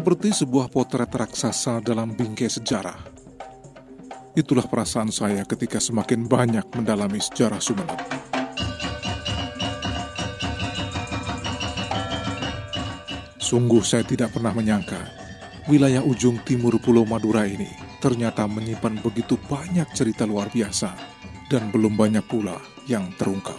Seperti sebuah potret raksasa dalam bingkai sejarah. Itulah perasaan saya ketika semakin banyak mendalami sejarah Sumeneb. Sungguh saya tidak pernah menyangka wilayah ujung timur Pulau Madura ini ternyata menyimpan begitu banyak cerita luar biasa dan belum banyak pula yang terungkap.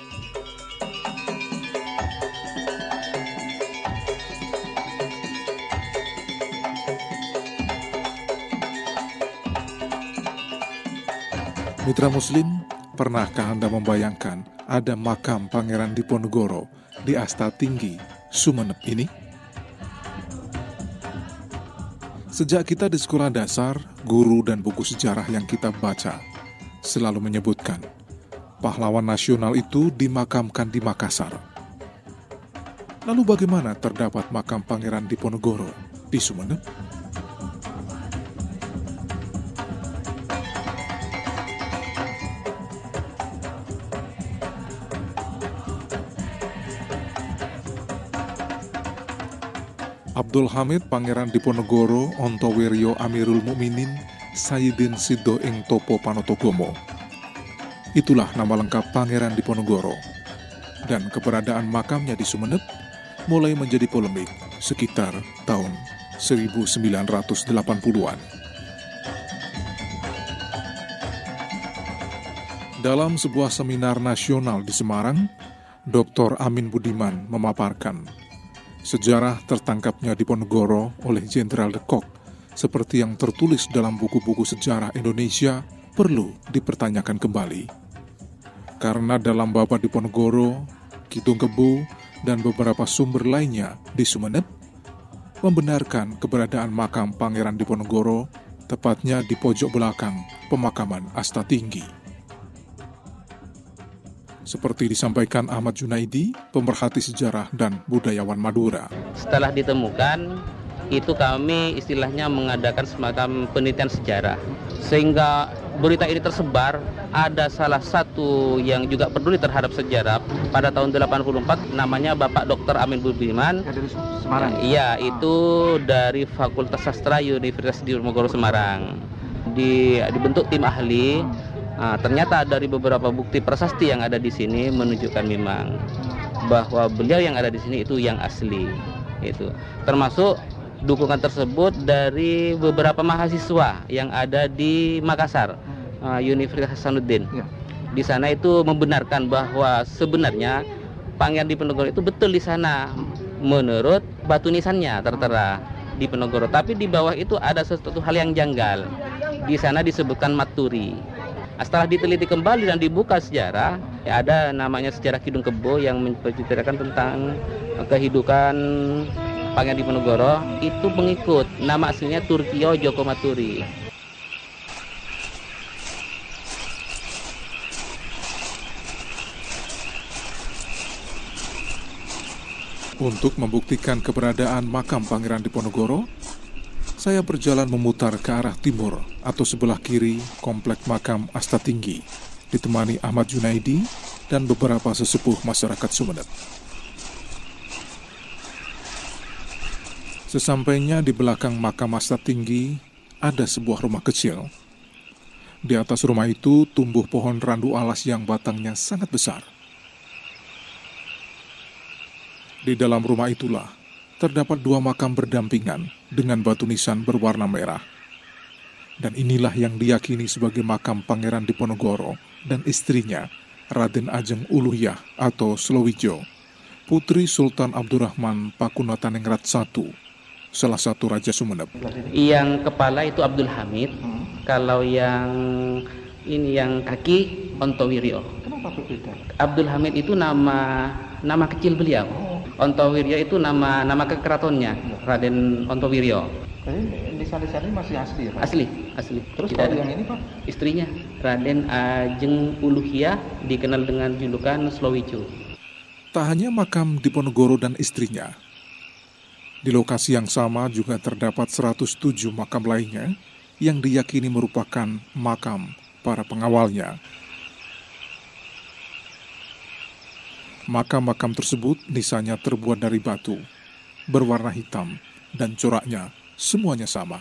Mitra Muslim, pernahkah Anda membayangkan ada makam Pangeran Diponegoro di Asta Tinggi, Sumeneb ini? Sejak kita di sekolah dasar, guru dan buku sejarah yang kita baca selalu menyebutkan pahlawan nasional itu dimakamkan di Makassar. Lalu bagaimana terdapat makam Pangeran Diponegoro di Sumeneb? Abdul Hamid Pangeran Diponegoro Ontowiryo Amirul Mukminin Sayyidin Sido ing Topo Panotogomo. Itulah nama lengkap Pangeran Diponegoro. Dan keberadaan makamnya di Sumeneb mulai menjadi polemik sekitar tahun 1980-an. Dalam sebuah seminar nasional di Semarang, Dr. Amin Budiman memaparkan sejarah tertangkapnya Diponegoro oleh Jenderal de Kock seperti yang tertulis dalam buku-buku sejarah Indonesia perlu dipertanyakan kembali. Karena dalam Babat Diponegoro, Kidung Kebu, dan beberapa sumber lainnya di Sumeneb membenarkan keberadaan makam Pangeran Diponegoro tepatnya di pojok belakang pemakaman Asta Tinggi. Seperti disampaikan Ahmad Junaidi, pemerhati sejarah dan budayawan Madura. Setelah ditemukan, itu kami istilahnya mengadakan semacam penelitian sejarah. Sehingga berita ini tersebar, ada salah satu yang juga peduli terhadap sejarah pada tahun 84, namanya Bapak Dr. Amin Budiman. Dari Semarang? Iya, itu dari Fakultas Sastra Universitas Diponegoro Semarang. Dibentuk tim ahli. Ternyata dari beberapa bukti prasasti yang ada di sini menunjukkan memang bahwa beliau yang ada di sini itu yang asli. Itu termasuk dukungan tersebut dari beberapa mahasiswa yang ada di Makassar, Universitas Hasanuddin. Ya. Di sana itu membenarkan bahwa sebenarnya Pangeran Diponegoro itu betul di sana menurut batu nisannya tertera Diponegoro. Tapi di bawah itu ada sesuatu hal yang janggal. Di sana disebutkan Maturi. Setelah diteliti kembali dan dibuka sejarah, ada namanya sejarah Kidung Kebo yang menceritakan tentang kehidupan Pangeran Diponegoro. Itu pengikut, nama aslinya Turkio Joko Maturi. Untuk membuktikan keberadaan makam Pangeran Diponegoro, saya berjalan memutar ke arah timur atau sebelah kiri komplek makam Asta Tinggi, ditemani Ahmad Junaidi dan beberapa sesepuh masyarakat Sumeneb. Sesampainya di belakang makam Asta Tinggi, ada sebuah rumah kecil. Di atas rumah itu tumbuh pohon randu alas yang batangnya sangat besar. Di dalam rumah itulah terdapat dua makam berdampingan dengan batu nisan berwarna merah. Dan inilah yang diyakini sebagai makam Pangeran Diponegoro dan istrinya, Raden Ajeng Uluhyah atau Slowijo, putri Sultan Abdurrahman Pakunataningrat I, salah satu Raja Sumeneb. Yang kepala itu Abdul Hamid, kalau yang ini yang kaki Ontowiryo. Kenapa berbeda? Abdul Hamid itu nama kecil beliau. Ontowiryo itu nama kekeratonnya, Raden Ontowiryo. Nisan-nisan ini masih asli ya Pak? Asli. Terus kalau yang ini Pak? Istrinya, Raden Ajeng Uluhyah, dikenal dengan julukan Slowijo. Tak hanya makam Diponegoro dan istrinya, di lokasi yang sama juga terdapat 107 makam lainnya yang diyakini merupakan makam para pengawalnya. Makam-makam tersebut nisanya terbuat dari batu, berwarna hitam, dan coraknya semuanya sama.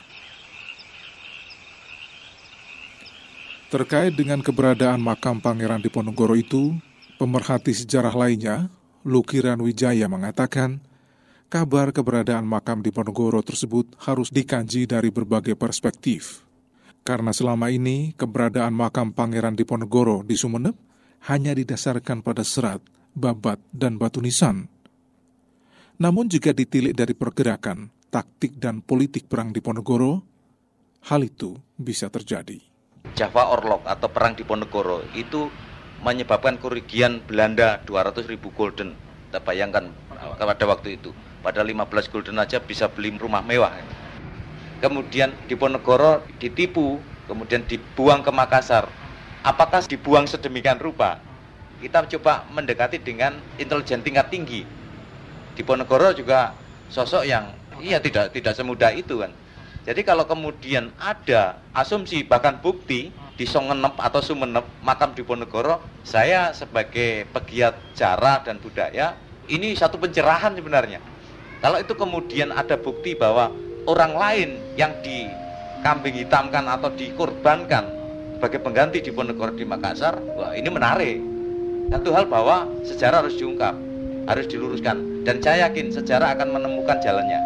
Terkait dengan keberadaan makam Pangeran Diponegoro itu, pemerhati sejarah lainnya, Lukiran Wijaya mengatakan, kabar keberadaan makam Diponegoro tersebut harus dikaji dari berbagai perspektif. Karena selama ini keberadaan makam Pangeran Diponegoro di Sumeneb hanya didasarkan pada serat, babat, dan batu nisan. Namun jika ditilik dari pergerakan, taktik, dan politik perang Diponegoro, hal itu bisa terjadi. Java Orlog atau perang Diponegoro itu menyebabkan kerugian Belanda 200.000 gulden. Kita bayangkan pada waktu itu, pada 15 gulden aja bisa beli rumah mewah. Kemudian Diponegoro ditipu, kemudian dibuang ke Makassar. Apakah dibuang sedemikian rupa? Kita coba mendekati dengan intelijen tingkat tinggi. Diponegoro juga sosok yang tidak semudah itu kan. Jadi kalau kemudian ada asumsi bahkan bukti di Songenep atau Sumenep makam Diponegoro, saya sebagai pegiat sejarah dan budaya, ini satu pencerahan sebenarnya. Kalau itu kemudian ada bukti bahwa orang lain yang dikambing hitamkan atau dikorbankan sebagai pengganti Diponegoro di Makassar, wah ini menarik. Satu hal bahwa sejarah harus diungkap, harus diluruskan, dan saya yakin sejarah akan menemukan jalannya.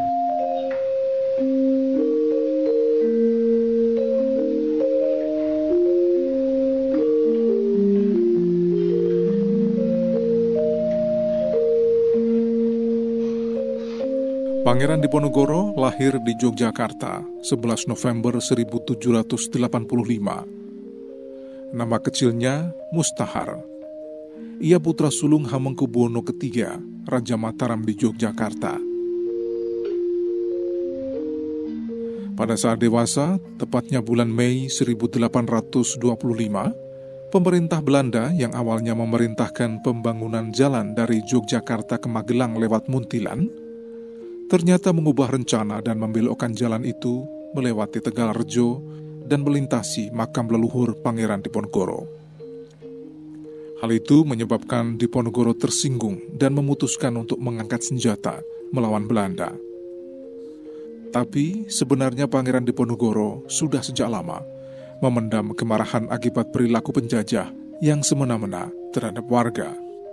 Pangeran Diponegoro lahir di Yogyakarta 11 November 1785. Nama kecilnya Mustahar. Ia putra sulung Hamengkubuwono III, Raja Mataram di Yogyakarta. Pada saat dewasa, tepatnya bulan Mei 1825, pemerintah Belanda yang awalnya memerintahkan pembangunan jalan dari Yogyakarta ke Magelang lewat Muntilan, ternyata mengubah rencana dan membelokkan jalan itu melewati Tegalrejo dan melintasi makam leluhur Pangeran Diponegoro. Hal itu menyebabkan Diponegoro tersinggung dan memutuskan untuk mengangkat senjata melawan Belanda. Tapi sebenarnya Pangeran Diponegoro sudah sejak lama memendam kemarahan akibat perilaku penjajah yang semena-mena terhadap warga.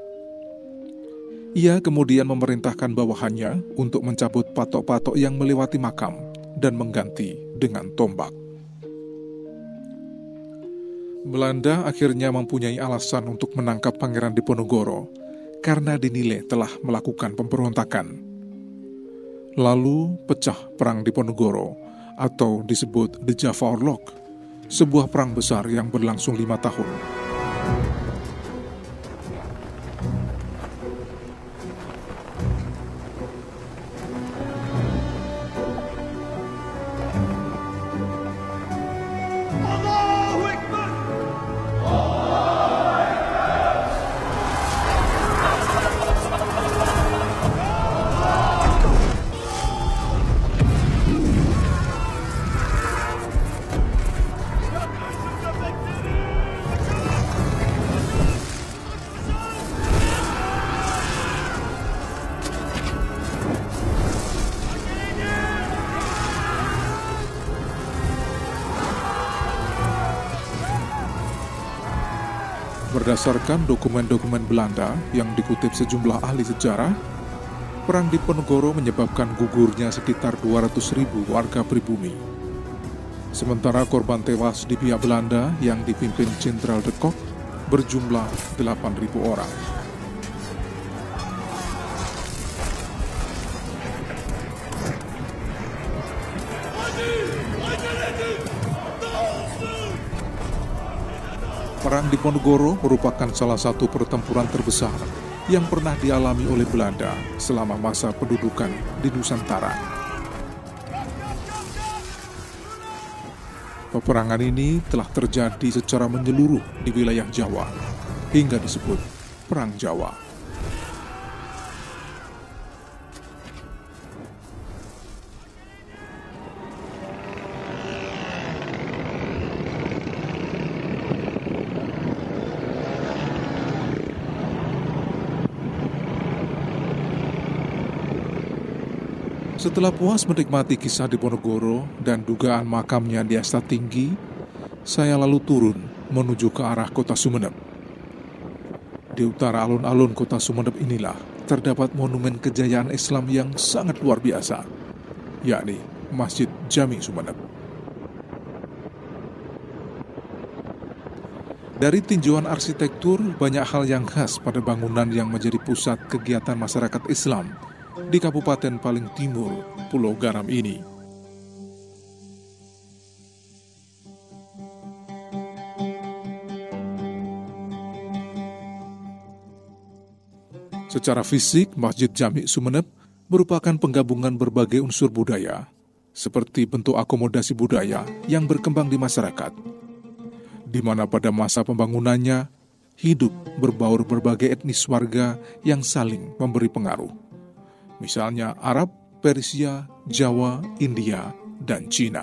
Ia kemudian memerintahkan bawahannya untuk mencabut patok-patok yang melewati makam dan mengganti dengan tombak. Belanda akhirnya mempunyai alasan untuk menangkap Pangeran Diponegoro karena dinilai telah melakukan pemberontakan. Lalu pecah Perang Diponegoro atau disebut The Java Orlog, sebuah perang besar yang berlangsung 5 tahun. Berdasarkan dokumen-dokumen Belanda yang dikutip sejumlah ahli sejarah, Perang Diponegoro menyebabkan gugurnya sekitar 200.000 warga pribumi. Sementara korban tewas di pihak Belanda yang dipimpin Jenderal de Kock berjumlah 8.000 orang. Perang Diponegoro merupakan salah satu pertempuran terbesar yang pernah dialami oleh Belanda selama masa pendudukan di Nusantara. Peperangan ini telah terjadi secara menyeluruh di wilayah Jawa, hingga disebut Perang Jawa. Setelah puas menikmati kisah Diponegoro dan dugaan makamnya di Asta Tinggi, saya lalu turun menuju ke arah kota Sumeneb. Di utara alun-alun kota Sumeneb inilah terdapat monumen kejayaan Islam yang sangat luar biasa, yakni Masjid Jami Sumeneb. Dari tinjauan arsitektur, banyak hal yang khas pada bangunan yang menjadi pusat kegiatan masyarakat Islam di kabupaten paling timur Pulau Garam ini. Secara fisik, Masjid Jami Sumeneb merupakan penggabungan berbagai unsur budaya, seperti bentuk akomodasi budaya yang berkembang di masyarakat, di mana pada masa pembangunannya hidup berbaur berbagai etnis warga yang saling memberi pengaruh. Misalnya Arab, Persia, Jawa, India, dan Cina.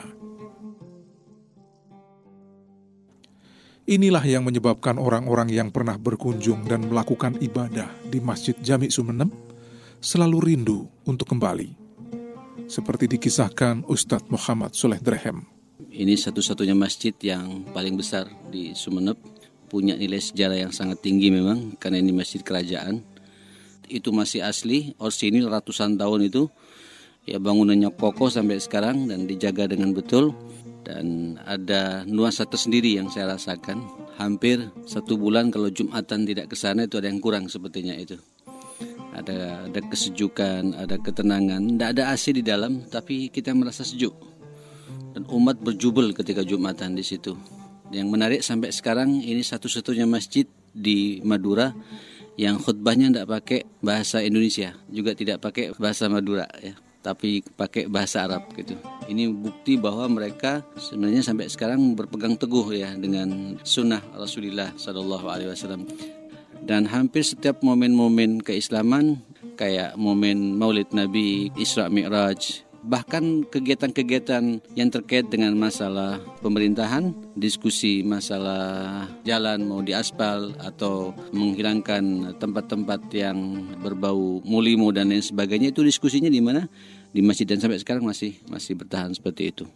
Inilah yang menyebabkan orang-orang yang pernah berkunjung dan melakukan ibadah di Masjid Jami Sumeneb selalu rindu untuk kembali. Seperti dikisahkan Ustadz Muhammad Soleh Drehem. Ini satu-satunya masjid yang paling besar di Sumeneb, punya nilai sejarah yang sangat tinggi memang, karena ini masjid kerajaan. Itu masih asli, orsinil ratusan tahun itu, ya bangunannya kokoh sampai sekarang dan dijaga dengan betul. Dan ada nuansa tersendiri yang saya rasakan. Hampir 1 bulan kalau Jumatan tidak ke sana itu ada yang kurang sepertinya itu. Ada kesejukan, ada ketenangan. Tidak ada AC di dalam, tapi kita merasa sejuk. Dan umat berjubel ketika Jumatan di situ. Yang menarik sampai sekarang ini satu-satunya masjid di Madura yang khutbahnya tidak pakai bahasa Indonesia, juga tidak pakai bahasa Madura ya, tapi pakai bahasa Arab gitu. Ini bukti bahwa mereka sebenarnya sampai sekarang berpegang teguh ya dengan sunnah Rasulullah SAW. Dan hampir setiap momen-momen keislaman kayak momen Maulid Nabi, Isra Mi'raj, bahkan kegiatan-kegiatan yang terkait dengan masalah pemerintahan, diskusi masalah jalan mau diaspal atau menghilangkan tempat-tempat yang berbau mulimo dan lain sebagainya, itu diskusinya di mana? Di masjid, dan sampai sekarang masih bertahan seperti itu.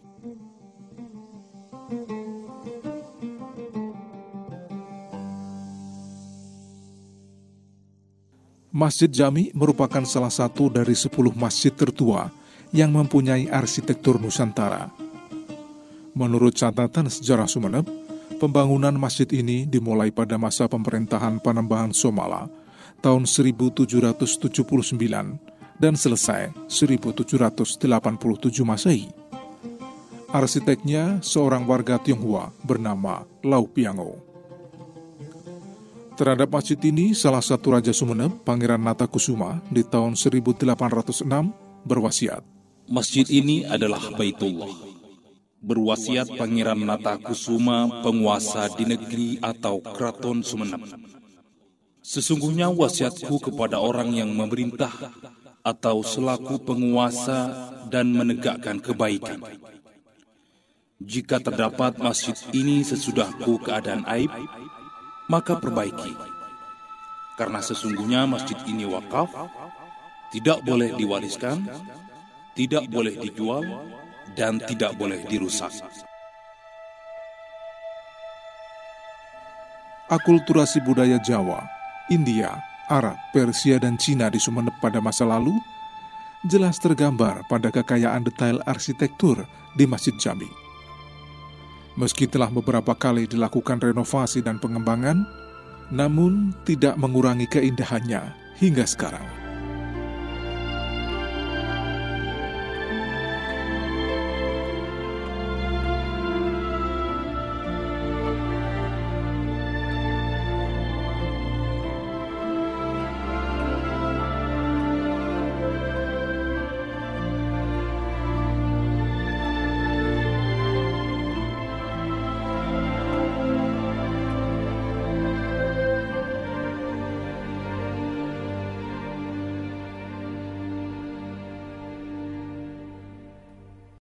Masjid Jami merupakan salah satu dari 10 masjid tertua yang mempunyai arsitektur Nusantara. Menurut catatan sejarah Sumeneb, pembangunan masjid ini dimulai pada masa pemerintahan Panembahan Somala tahun 1779 dan selesai 1787 Masehi. Arsiteknya seorang warga Tionghoa bernama Lau Piango. Terhadap masjid ini, salah satu Raja Sumeneb, Pangeran Natakusuma, di tahun 1806 berwasiat. Masjid ini adalah Baitullah. Berwasiat Pangeran Natakusuma, penguasa di negeri atau Keraton Sumeneb. Sesungguhnya wasiatku kepada orang yang memerintah atau selaku penguasa dan menegakkan kebaikan. Jika terdapat masjid ini sesudahku keadaan aib, maka perbaiki. Karena sesungguhnya masjid ini wakaf, tidak boleh diwariskan, tidak boleh dijual, dan tidak boleh dirusak. Akulturasi budaya Jawa, India, Arab, Persia, dan Cina di Sumeneb pada masa lalu jelas tergambar pada kekayaan detail arsitektur di Masjid Jami. Meski telah beberapa kali dilakukan renovasi dan pengembangan, namun tidak mengurangi keindahannya hingga sekarang.